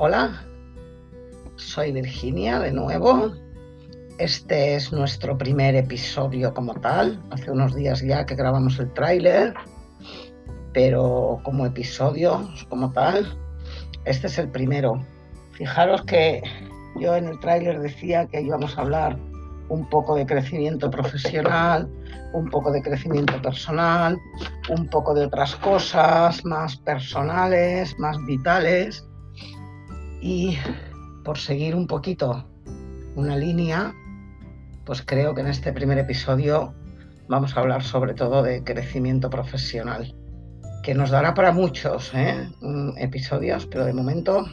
Hola, soy Virginia de nuevo. Este es nuestro primer episodio como tal. Hace unos días ya que grabamos el tráiler, pero como episodio, como tal, este es el primero. Fijaros que yo en el tráiler decía que íbamos a hablar un poco de crecimiento profesional, un poco de crecimiento personal, un poco de otras cosas más personales, más vitales. Y por seguir un poquito una línea, pues creo que en este primer episodio vamos a hablar sobre todo de crecimiento profesional, que nos dará para muchos episodios, pero de momento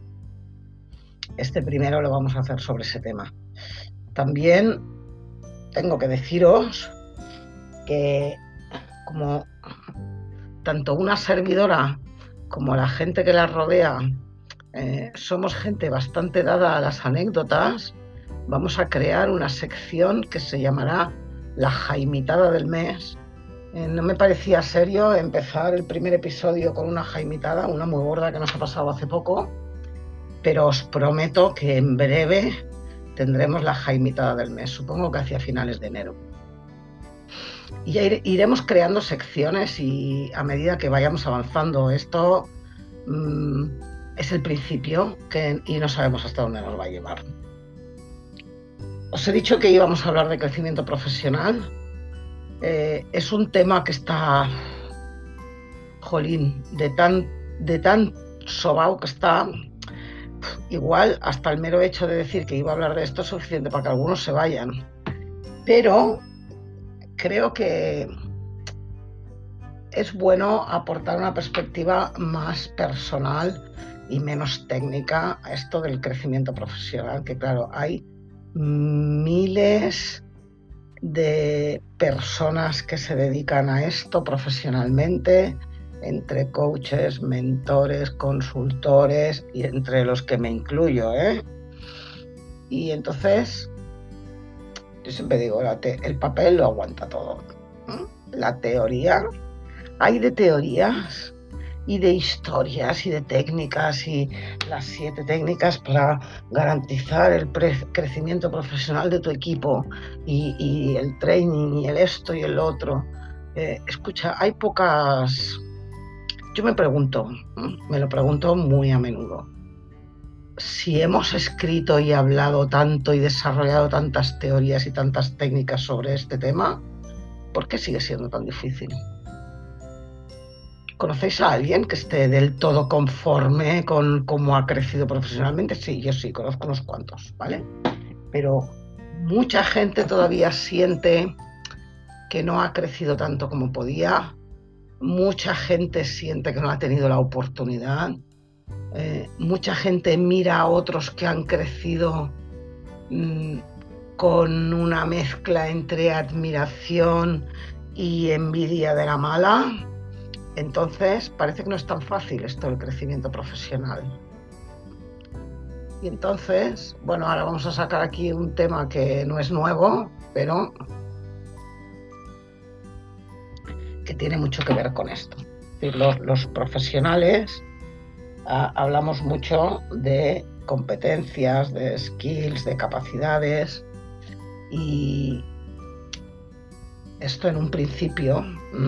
este primero lo vamos a hacer sobre ese tema. También tengo que deciros que como tanto una servidora como la gente que la rodea somos gente bastante dada a las anécdotas, vamos a crear una sección que se llamará La Jaimitada del Mes. No me parecía serio empezar el primer episodio con una jaimitada, una muy gorda que nos ha pasado hace poco, pero os prometo que en breve tendremos la jaimitada del mes, supongo que hacia finales de enero. Y ya iremos creando secciones y a medida que vayamos avanzando, esto es el principio y no sabemos hasta dónde nos va a llevar. Os he dicho que íbamos a hablar de crecimiento profesional. Es un tema que está, jolín, de tan sobao que está. Igual hasta el mero hecho de decir que iba a hablar de esto es suficiente para que algunos se vayan. Pero creo que es bueno aportar una perspectiva más personal y menos técnica a esto del crecimiento profesional, que claro, hay miles de personas que se dedican a esto profesionalmente, entre coaches, mentores, consultores y entre los que me incluyo, Y entonces, yo siempre digo, el papel lo aguanta todo. La teoría, hay de teorías y de historias y de técnicas, y las 7 técnicas para garantizar el crecimiento profesional de tu equipo y el training y el esto y el otro. Escucha, hay pocas. Yo me lo pregunto muy a menudo, si hemos escrito y hablado tanto y desarrollado tantas teorías y tantas técnicas sobre este tema, ¿por qué sigue siendo tan difícil? ¿Conocéis a alguien que esté del todo conforme con cómo ha crecido profesionalmente? Sí, yo sí, conozco unos cuantos, ¿vale? Pero mucha gente todavía siente que no ha crecido tanto como podía. Mucha gente siente que no ha tenido la oportunidad. Mucha gente mira a otros que han crecido con una mezcla entre admiración y envidia de la mala. Entonces parece que no es tan fácil esto del crecimiento profesional. Y entonces, bueno, ahora vamos a sacar aquí un tema que no es nuevo, pero que tiene mucho que ver con esto. Es decir, los profesionales hablamos mucho de competencias, de skills, de capacidades, y esto en un principio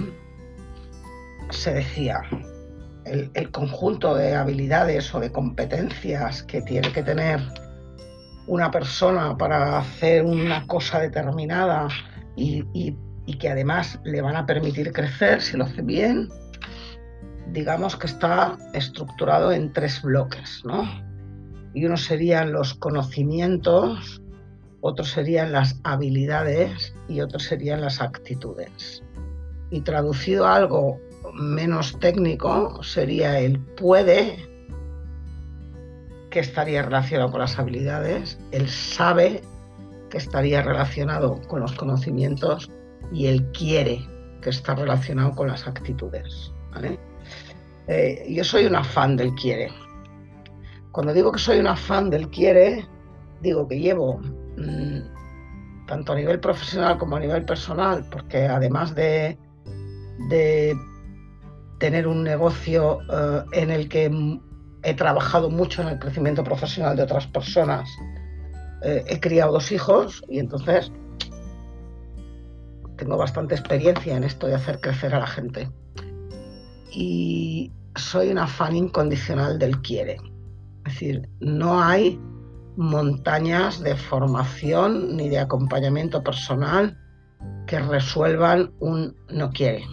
se decía, el conjunto de habilidades o de competencias que tiene que tener una persona para hacer una cosa determinada y que además le van a permitir crecer si lo hace bien, digamos que está estructurado en 3 bloques, ¿no? Y uno serían los conocimientos, otro serían las habilidades y otro serían las actitudes. Y traducido a algo menos técnico sería el puede, que estaría relacionado con las habilidades, el sabe, que estaría relacionado con los conocimientos, y el quiere, que está relacionado con las actitudes, ¿vale? Yo soy una fan del quiere. Cuando digo que soy una fan del quiere, digo que llevo tanto a nivel profesional como a nivel personal, porque además de tener un negocio en el que he trabajado mucho en el crecimiento profesional de otras personas. He criado 2 hijos y entonces tengo bastante experiencia en esto de hacer crecer a la gente. Y soy una fan incondicional del quiere. Es decir, no hay montañas de formación ni de acompañamiento personal que resuelvan un no quiere.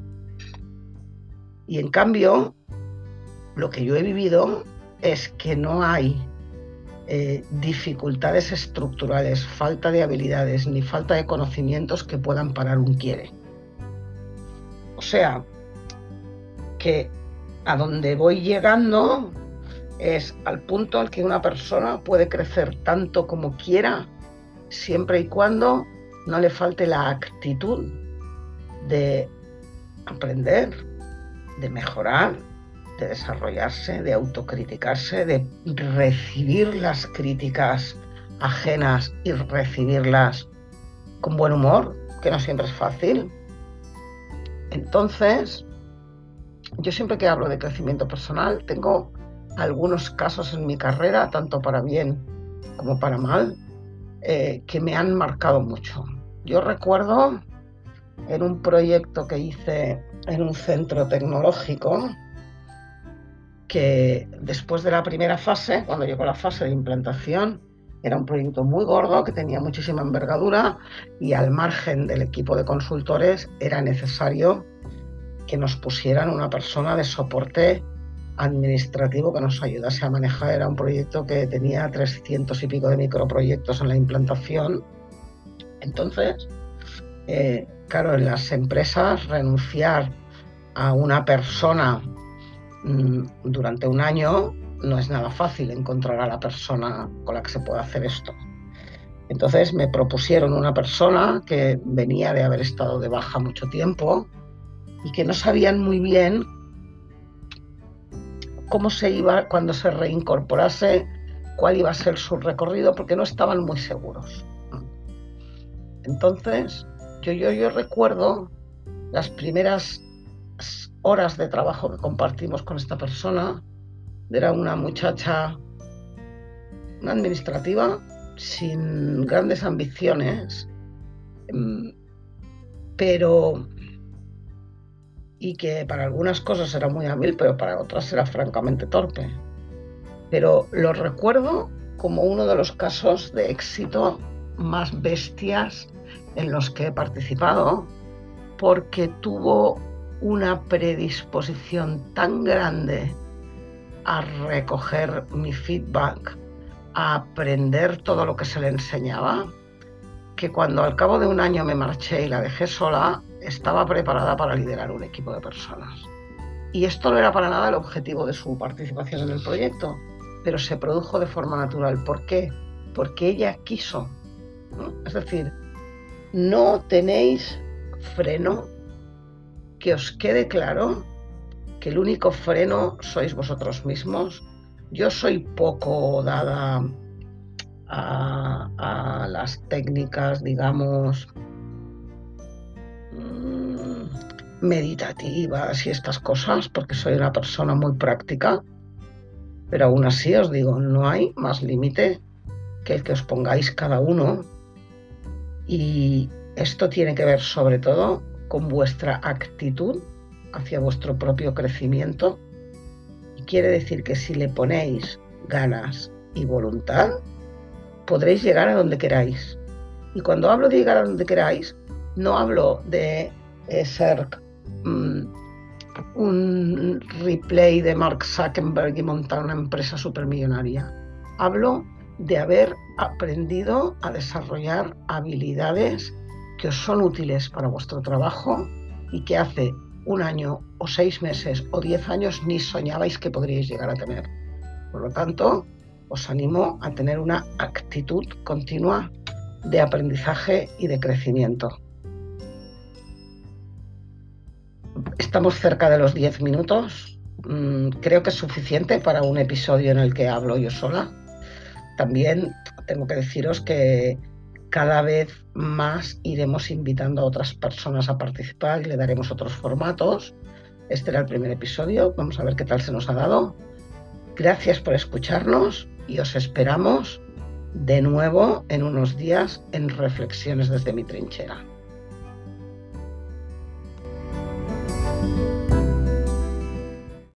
Y en cambio, lo que yo he vivido es que no hay dificultades estructurales, falta de habilidades ni falta de conocimientos que puedan parar un quiere. O sea, que a donde voy llegando es al punto al que una persona puede crecer tanto como quiera, siempre y cuando no le falte la actitud de aprender, de mejorar, de desarrollarse, de autocriticarse, de recibir las críticas ajenas y recibirlas con buen humor, que no siempre es fácil. Entonces, yo siempre que hablo de crecimiento personal, tengo algunos casos en mi carrera, tanto para bien como para mal, que me han marcado mucho. Yo recuerdo en un proyecto que hice en un centro tecnológico, que después de la primera fase, cuando llegó la fase de implantación, era un proyecto muy gordo que tenía muchísima envergadura y al margen del equipo de consultores era necesario que nos pusieran una persona de soporte administrativo que nos ayudase a manejar. Era un proyecto que tenía 300 y pico de microproyectos en la implantación. Entonces, claro, en las empresas renunciar a una persona durante un año no es nada fácil encontrar a la persona con la que se pueda hacer esto. Entonces me propusieron una persona que venía de haber estado de baja mucho tiempo y que no sabían muy bien cómo se iba, cuando se reincorporase, cuál iba a ser su recorrido, porque no estaban muy seguros. Entonces, yo recuerdo las primeras horas de trabajo que compartimos con esta persona. Era una muchacha, una administrativa, sin grandes ambiciones, pero y que para algunas cosas era muy hábil, pero para otras era francamente torpe. Pero lo recuerdo como uno de los casos de éxito más bestias en los que he participado, porque tuvo una predisposición tan grande a recoger mi feedback, a aprender todo lo que se le enseñaba, que cuando al cabo de un año me marché y la dejé sola, estaba preparada para liderar un equipo de personas. Y esto no era para nada el objetivo de su participación en el proyecto, pero se produjo de forma natural. ¿Por qué? Porque ella quiso, ¿no? Es decir, no tenéis freno, que os quede claro que el único freno sois vosotros mismos. Yo soy poco dada a las técnicas, digamos, meditativas y estas cosas, porque soy una persona muy práctica, pero aún así os digo, no hay más límite que el que os pongáis cada uno, y esto tiene que ver sobre todo con vuestra actitud hacia vuestro propio crecimiento, y quiere decir que si le ponéis ganas y voluntad, podréis llegar a donde queráis. Y cuando hablo de llegar a donde queráis, no hablo de ser un replay de Mark Zuckerberg y montar una empresa supermillonaria. Hablo de haber aprendido a desarrollar habilidades que os son útiles para vuestro trabajo y que hace un año o 6 meses o 10 años ni soñabais que podríais llegar a tener. Por lo tanto, os animo a tener una actitud continua de aprendizaje y de crecimiento. Estamos cerca de los 10 minutos. Creo que es suficiente para un episodio en el que hablo yo sola. También tengo que deciros que cada vez más iremos invitando a otras personas a participar y le daremos otros formatos. Este era el primer episodio. Vamos a ver qué tal se nos ha dado. Gracias por escucharnos y os esperamos de nuevo en unos días en Reflexiones desde mi trinchera.